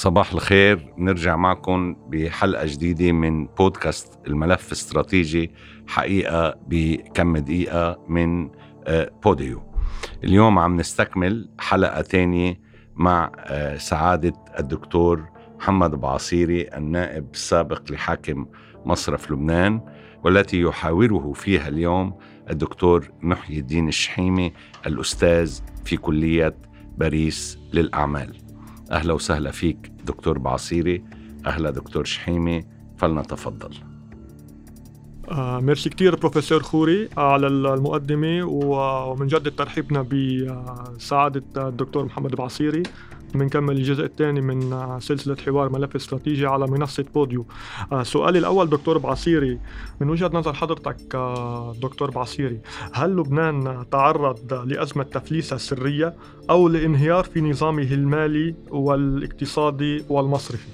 صباح الخير. نرجع معكم بحلقة جديدة من بودكاست الملف الاستراتيجي، حقيقة بكم دقيقة من بوديو. اليوم عم نستكمل حلقة تانية مع سعادة الدكتور محمد بعصيري، النائب السابق لحاكم مصرف لبنان، والتي يحاوره فيها اليوم الدكتور محي الدين الشحيمي، الأستاذ في كلية باريس للأعمال. أهلا وسهلا فيك دكتور بعصيري. أهلا دكتور شحيمي، فلنتفضل. ميرسي كتير بروفيسور خوري على المقدمة، ومنجدد ترحيبنا بسعادة الدكتور محمد بعصيري. بنكمل الجزء الثاني من سلسلة حوار ملف استراتيجي على منصة بوديو. سؤالي الأول دكتور بعصيري، من وجهة نظر حضرتك دكتور بعصيري، هل لبنان تعرض لأزمة تفليسة سرية أو لانهيار في نظامه المالي والاقتصادي والمصرفي؟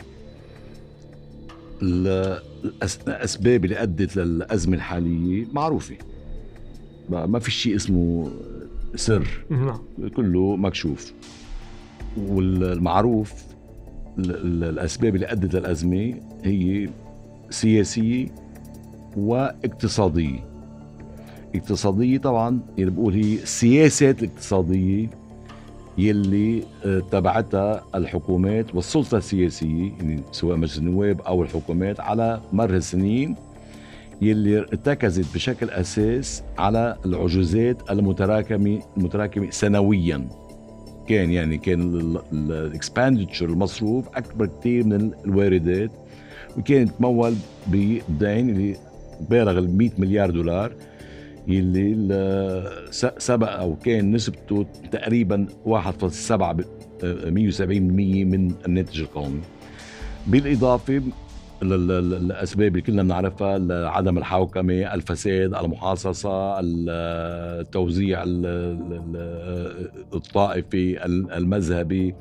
الأسباب اللي أدت للأزمة الحالية معروفة، ما في شيء اسمه سر، كله مكشوف. والمعروف الأسباب اللي أدت للأزمة هي سياسية واقتصادية. اقتصادية طبعا اللي بقول هي السياسات الاقتصادية يلي تبعتها الحكومات والسلطة السياسية، يعني سواء مجلس النواب أو الحكومات، على مر السنين يلي ارتكزت بشكل أساس على العجوزات المتراكمة سنويا. كان الاكسبانديتشر المصروف أكبر كتير من الواردات، وكان يتمول بدين اللي بالغ 100 مليار دولار، يلي سبق أو كان نسبته تقريبا 1.7% من الناتج القومي. بالإضافة للأسباب اللي كلنا بنعرفها، عدم الحوكمة، الفساد، المحاصصة، التوزيع الطائفي، المذهبي،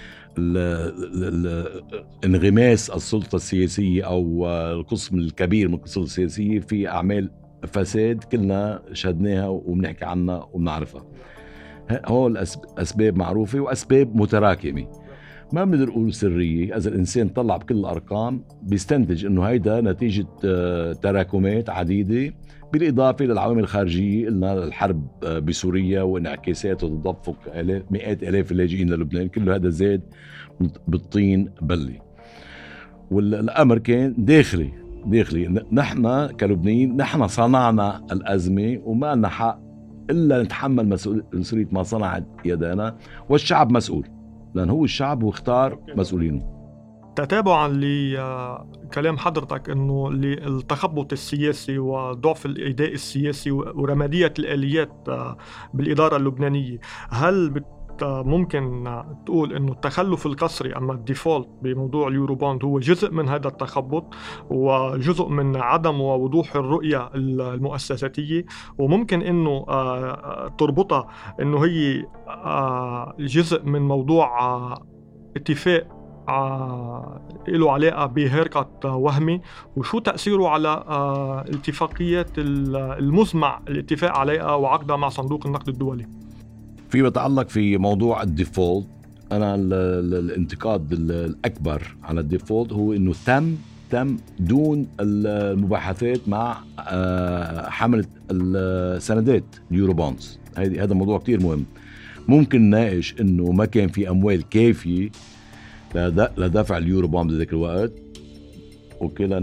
انغماس السلطة السياسية أو القسم الكبير من السلطة السياسية في أعمال فساد كلنا شهدناها وبنحكي عنها وبنعرفها. هول أسباب معروفة وأسباب متراكمة، ما بنقدر نقول سرية. إذا الإنسان طلع بكل الأرقام بيستنتج إنه هيدا نتيجة تراكمات عديدة، بالإضافة للعوامل الخارجية، قلنا الحرب بسوريا وانعكاسات وتدفق مئات آلاف اللاجئين للبنان، كله هذا زاد بالطين بلي. والأمر كان داخلي. نحن كلبنانيين نحن صنعنا الأزمة، وما لنا حق إلا نتحمل مسؤولية ما صنعت يدانا، والشعب مسؤول، لأن هو الشعب واختار مسؤولينه. تتابعا لكلام حضرتك أنه التخبط السياسي وضعف الإداء السياسي ورمادية الآليات بالإدارة اللبنانية، هل ممكن تقول أنه التخلف القسري أما الديفولت بموضوع اليوروبوند هو جزء من هذا التخبط وجزء من عدم ووضوح الرؤية المؤسساتية، وممكن أنه تربطها أنه هي جزء من موضوع اتفاق له علاقة بهيركات وهمي، وشو تأثيره على الاتفاقيات المزمع الاتفاق عليها وعقدها مع صندوق النقد الدولي؟ فيما يتعلق في موضوع الديفولت، أنا الانتقاد الأكبر على الديفولت هو إنه تم دون المباحثات مع حملة السندات اليوروبونز. هذا موضوع كتير مهم. ممكن نناقش إنه ما كان في أموال كافية لدفع اليوروبوند بذلك الوقت، وكلا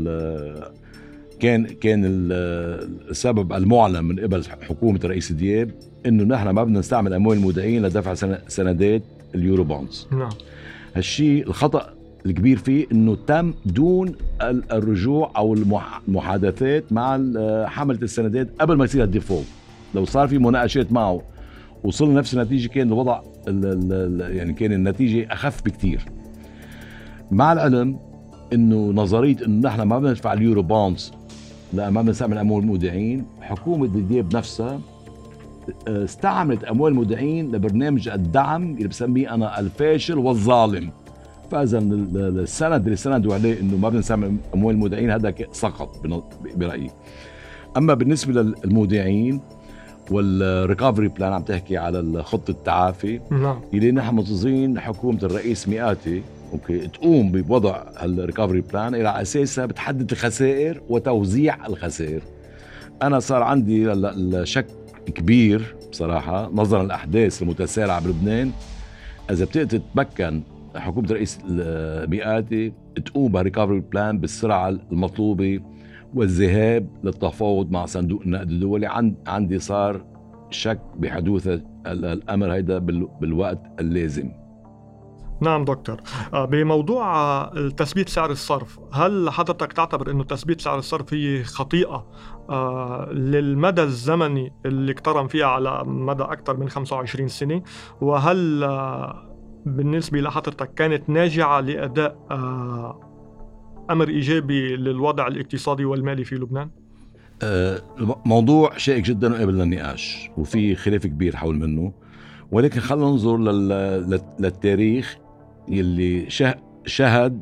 كان السبب المعلن من قبل حكومة الرئيس دياب إنه نحن ما بدنا نستعمل أموال المودعين لدفع سندات اليوروبونز. نعم. هالشيء الخطأ الكبير فيه إنه تم دون الرجوع أو المحادثات مع حملة السندات قبل ما يصير الديفولت. لو صار في مناقشات معه وصلنا نفس النتيجة، كان الوضع يعني كان النتيجة أخف بكتير. مع العلم إنه نظرية إنه نحن ما بدنا ندفع اليورو بونز، لا ما بدنا نستعمل أموال المودعين، حكومة دياب نفسها استعملت أموال المودعين لبرنامج الدعم اللي بسميه أنا الفاشل والظالم. فإذا السند اللي سندوا عليه إنه ما بدنا نستعمل أموال المودعين هذا سقط برأيي. أما بالنسبة للمودعين والريكفري بلان، عم تحكي على خطة التعافي اللي نحن منتظرين حكومة الرئيس مئاتي اوكي تقوم بوضع الريكفري بلان الى اساسها بتحدد الخسائر وتوزيع الخسائر. انا صار عندي شك كبير بصراحه نظرا للاحداث المتسارعه بلبنان، اذا بتقدر تتمكن حكومه رئيس المئاتي تقوم بريكفري بلان بالسرعه المطلوبه والذهاب للتفاوض مع صندوق النقد الدولي. عندي صار شك بحدوث الامر هيدا بالوقت اللازم. نعم دكتور، بموضوع تثبيت سعر الصرف، هل حضرتك تعتبر أنه تثبيت سعر الصرف هي خطيئة للمدى الزمني اللي اقترن فيها على مدى أكثر من 25 سنة؟ وهل بالنسبة لحضرتك كانت ناجعة لأداء أمر إيجابي للوضع الاقتصادي والمالي في لبنان؟ موضوع شائك جدا وقابل للنقاش وفي خلاف كبير حول منه، ولكن خلينا ننظر للتاريخ يلي شهد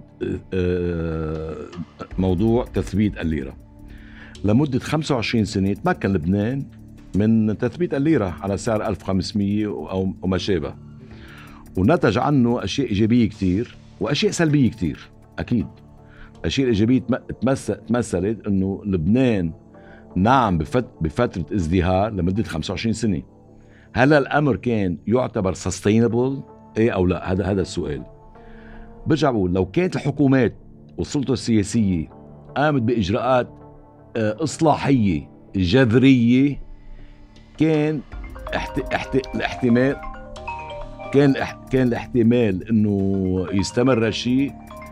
موضوع تثبيت الليرة. لمدة 25 سنة تمكن لبنان من تثبيت الليرة على سعر 1500 أو ما شابه، ونتج عنه أشياء إيجابية كتير وأشياء سلبية كتير. أكيد الأشياء الإيجابية تمثلت أنه لبنان نعم بفترة ازدهار لمدة 25 سنة. هل الأمر كان يعتبر sustainable إيه أو لا؟ هذا السؤال. برجع بقول لو كانت الحكومات والسلطة السياسية قامت بإجراءات إصلاحية جذرية كان الاحتمال كان الاحتمال إنه يستمر الشيء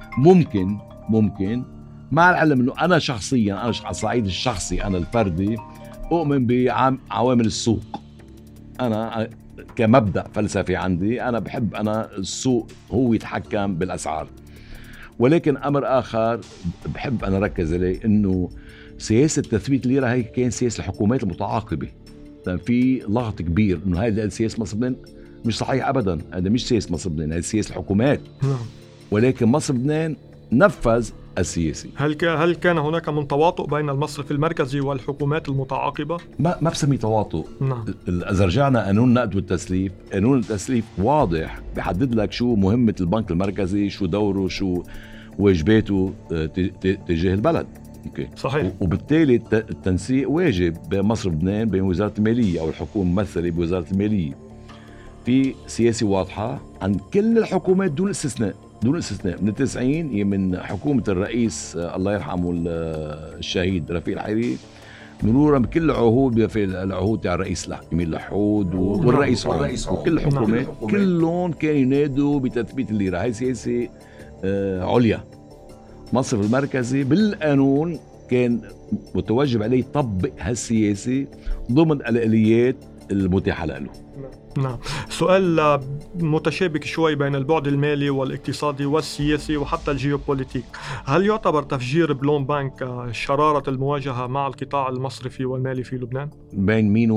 ممكن مع العلم إنه أنا شخصيا على الصعيد الشخصي أنا الفردي أؤمن بعوامل السوق. أنا كمبدأ فلسفي عندي أنا بحب السوق هو يتحكم بالأسعار، ولكن أمر آخر بحب أنا ركز عليه إنه سياسة تثبيت الليرة هي كان سياسة الحكومات المتعاقبة. في لغط كبير إنه هاي سياسة مصر لبنان مش صحيح أبدا. هذا مش سياسة مصر لبنان، هذه سياسة الحكومات. ولكن مصر لبنان نفذ السياسي. هل كان هناك من تواطؤ بين المصرف المركزي والحكومات المتعاقبة؟ ما بسمي تواطؤ. نعم. إذا رجعنا قانون النقد والتسليف، قانون التسليف واضح بيحدد لك شو مهمة البنك المركزي، شو دوره، شو واجباته تجاه البلد. أوكي. صحيح. وبالتالي التنسيق واجب بين مصر لبنان بين وزارة المالية أو الحكومة الممثلة بوزارة المالية. في سياسة واضحة عن كل الحكومات دون استثناء من ال90 من حكومة الرئيس الله يرحمه الشهيد رفيق الحريري مرورا بكل العهود تاع الرئيس أمين لحود والرئيس وكل الحكومات كلهم كانوا ينادوا بتثبيت الليرة. هاي سياسة عليا. مصر المركزي بالقانون كان متوجب عليه يطبق هالسياسة ضمن الآليات المتاحة له. نعم. سؤال متشابك شوي بين البعد المالي والاقتصادي والسياسي وحتى الجيوبوليتيك، هل يعتبر تفجير بلوم بانك شرارة المواجهة مع القطاع المصرفي والمالي في لبنان؟ بين مين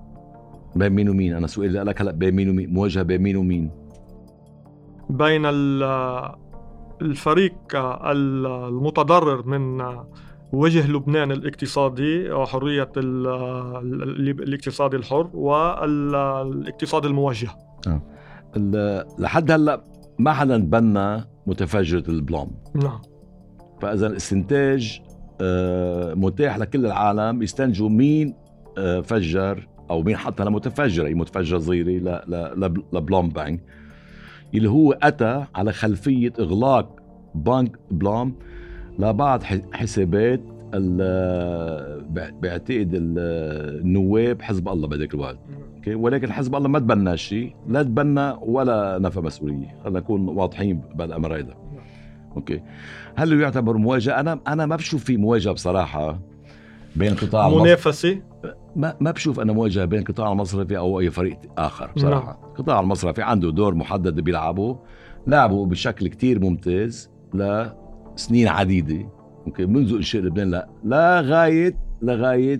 ومين؟ أنا سؤالي لك هلأ بين مين ومين؟ مواجهة بين مين ومين؟ بين الفريق المتضرر من وجه لبنان الاقتصادي وحرية الاقتصاد الحر والاقتصاد الموجه. لحد هلأ ما حدا بنى متفجرة البلوم. نعم. فإذا الاستنتاج متاح لكل العالم يستنتجوا مين فجر أو مين حط لمتفجرة متفجرة صغيرة لبلوم بانك اللي هو أتى على خلفية إغلاق بنك بلوم لبعض حسابات بعتقد النواب حزب الله بهذاك الوقت. اوكي. ولكن حزب الله ما تبنى شيء، لا تبنى ولا نفى مسؤوليه. خلينا نكون واضحين بالامر هذا. اوكي. هل يعتبر مواجهه؟ انا ما بشوف في مواجهه بصراحه بين قطاع منافسه. ما بشوف انا مواجهه بين قطاع المصرفي او اي فريق اخر بصراحه. قطاع المصرفي عنده دور محدد لعبوا بشكل كتير ممتاز لسنين عديدة. اوكي. منذ انشاء لبنان لغاية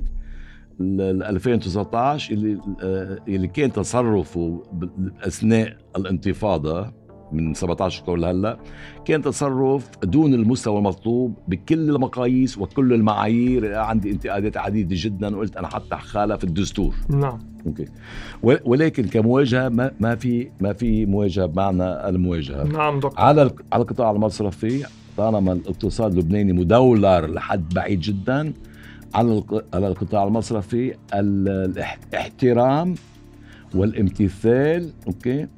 2019 اللي كان تصرفه اثناء الانتفاضة من 17 أكتوبر لهلا كان تصرف دون المستوى المطلوب بكل المقاييس وكل المعايير. عندي انتقادات عديدة جدا وقلت أنا حتى خالف الدستور. نعم. أوكي. ولكن كمواجهة ما في مواجهة بمعنى المواجهة. نعم دكتور. على القطاع المصرفي طالما الاقتصاد اللبناني مدولر لحد بعيد جدا، على القطاع المصرفي الاحترام والامتثال اوكي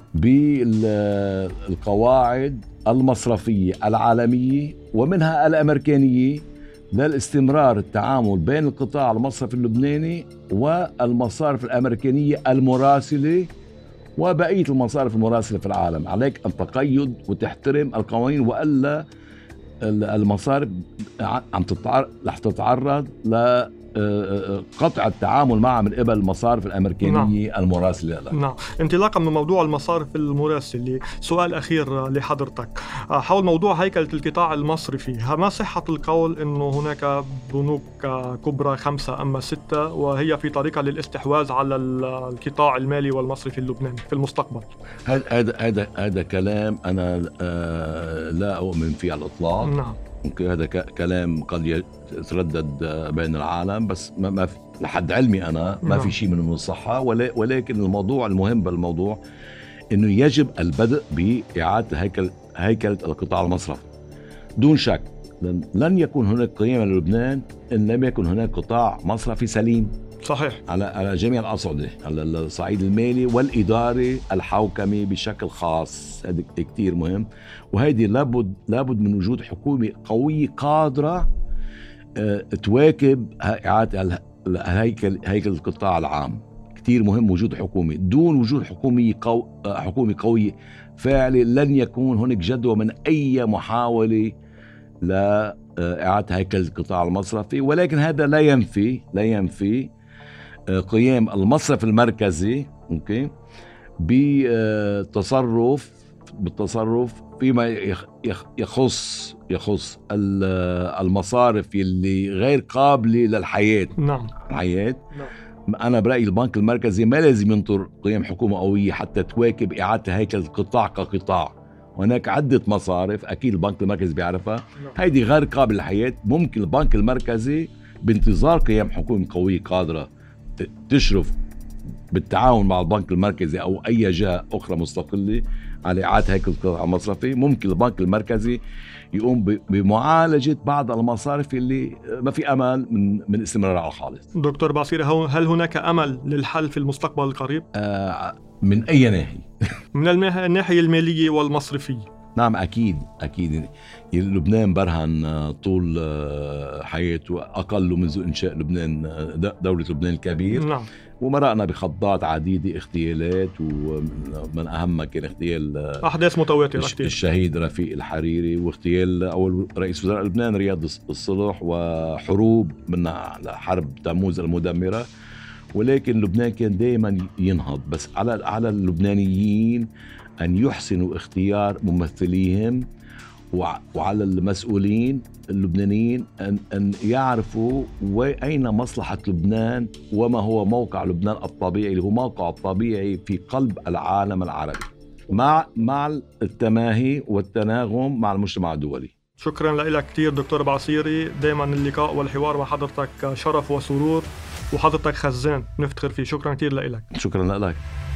بالقواعد المصرفية العالمية ومنها الأمريكانية للاستمرار التعامل بين القطاع المصرفي اللبناني والمصارف الأمريكانية المراسلة وبقية المصارف المراسلة في العالم. عليك أن تقيد وتحترم القوانين، وإلا المصارف رح تتعرض لقطع التعامل معها من قبل المصارف الأمريكانية المراسلة لها. نعم. انطلاقا من موضوع المصارف المراسلة، سؤال أخير لحضرتك حول موضوع هيكلة القطاع المصرفي. ما صحة القول أنه هناك بنوك كبرى 5 أما 6 وهي في طريقة للاستحواذ على القطاع المالي والمصرفي اللبناني في المستقبل؟ هذا كلام أنا لا أؤمن فيه على الإطلاق. نعم. هذا كلام قد يتردد بين العالم، بس ما لحد علمي أنا ما في شيء منه من الصحة. ولكن الموضوع المهم بالموضوع إنه يجب البدء بإعادة هيكلة القطاع المصرفي دون شك. لن يكون هناك قيمة للبنان إن لم يكن هناك قطاع مصرفي سليم. صحيح. على جميع الأصعدة، على الصعيد المالي والإداري الحوكمي بشكل خاص. هذا كتير مهم، وهذه لابد من وجود حكومة قوية قادرة تواكب إعادة هيكل القطاع العام. كتير مهم وجود حكومة. دون وجود حكومة قوية فاعلة لن يكون هناك جدوى من أي محاولة لإعادة هيكل القطاع المصرفي. ولكن هذا لا ينفي قيام المصرف المركزي اوكي بالتصرف فيما يخص المصارف اللي غير قابلة للحياة. نعم. الحياة. نعم. أنا برأيي البنك المركزي ما لازم ينطر قيام حكومة قوية حتى تواكب إعادة هيكل القطاع كقطاع. هناك عدة مصارف أكيد البنك المركزي بيعرفها. نعم. هيدي غير قابلة للحياة. ممكن البنك المركزي بانتظار قيام حكومة قوية قادرة تشرف بالتعاون مع البنك المركزي أو أي جهة أخرى مستقلة على إعادة هيكل القطاع المصرفي. ممكن البنك المركزي يقوم بمعالجة بعض المصارف اللي ما في أمل من استمرارها على الخالص. دكتور بعصيري، هل هناك أمل للحل في المستقبل القريب؟ من أي ناحية؟ من الناحية المالية والمصرفية. نعم أكيد. لبنان برهن طول حياته أقل منذ إنشاء لبنان دولة لبنان الكبير. نعم. ومرقنا بخضات عديدة، اغتيالات، ومن أهمها كان اغتيال أحداث متواترة الشهيد رفيق الحريري، واغتيال أول رئيس وزراء لبنان رياض الصلح، وحروب منها حرب تموز المدمرة. ولكن لبنان كان دائما ينهض. بس على اللبنانيين أن يحسنوا اختيار ممثليهم، وعلى المسؤولين اللبنانيين أن يعرفوا أين مصلحة لبنان وما هو موقع لبنان الطبيعي، اللي هو موقع الطبيعي في قلب العالم العربي، مع التماهي والتناغم مع المجتمع الدولي. شكرا لك كتير دكتور بعصيري. دائما اللقاء والحوار مع حضرتك شرف وسرور، وحضرتك خزان نفتخر فيه. شكرا كتير لك. شكرا لك.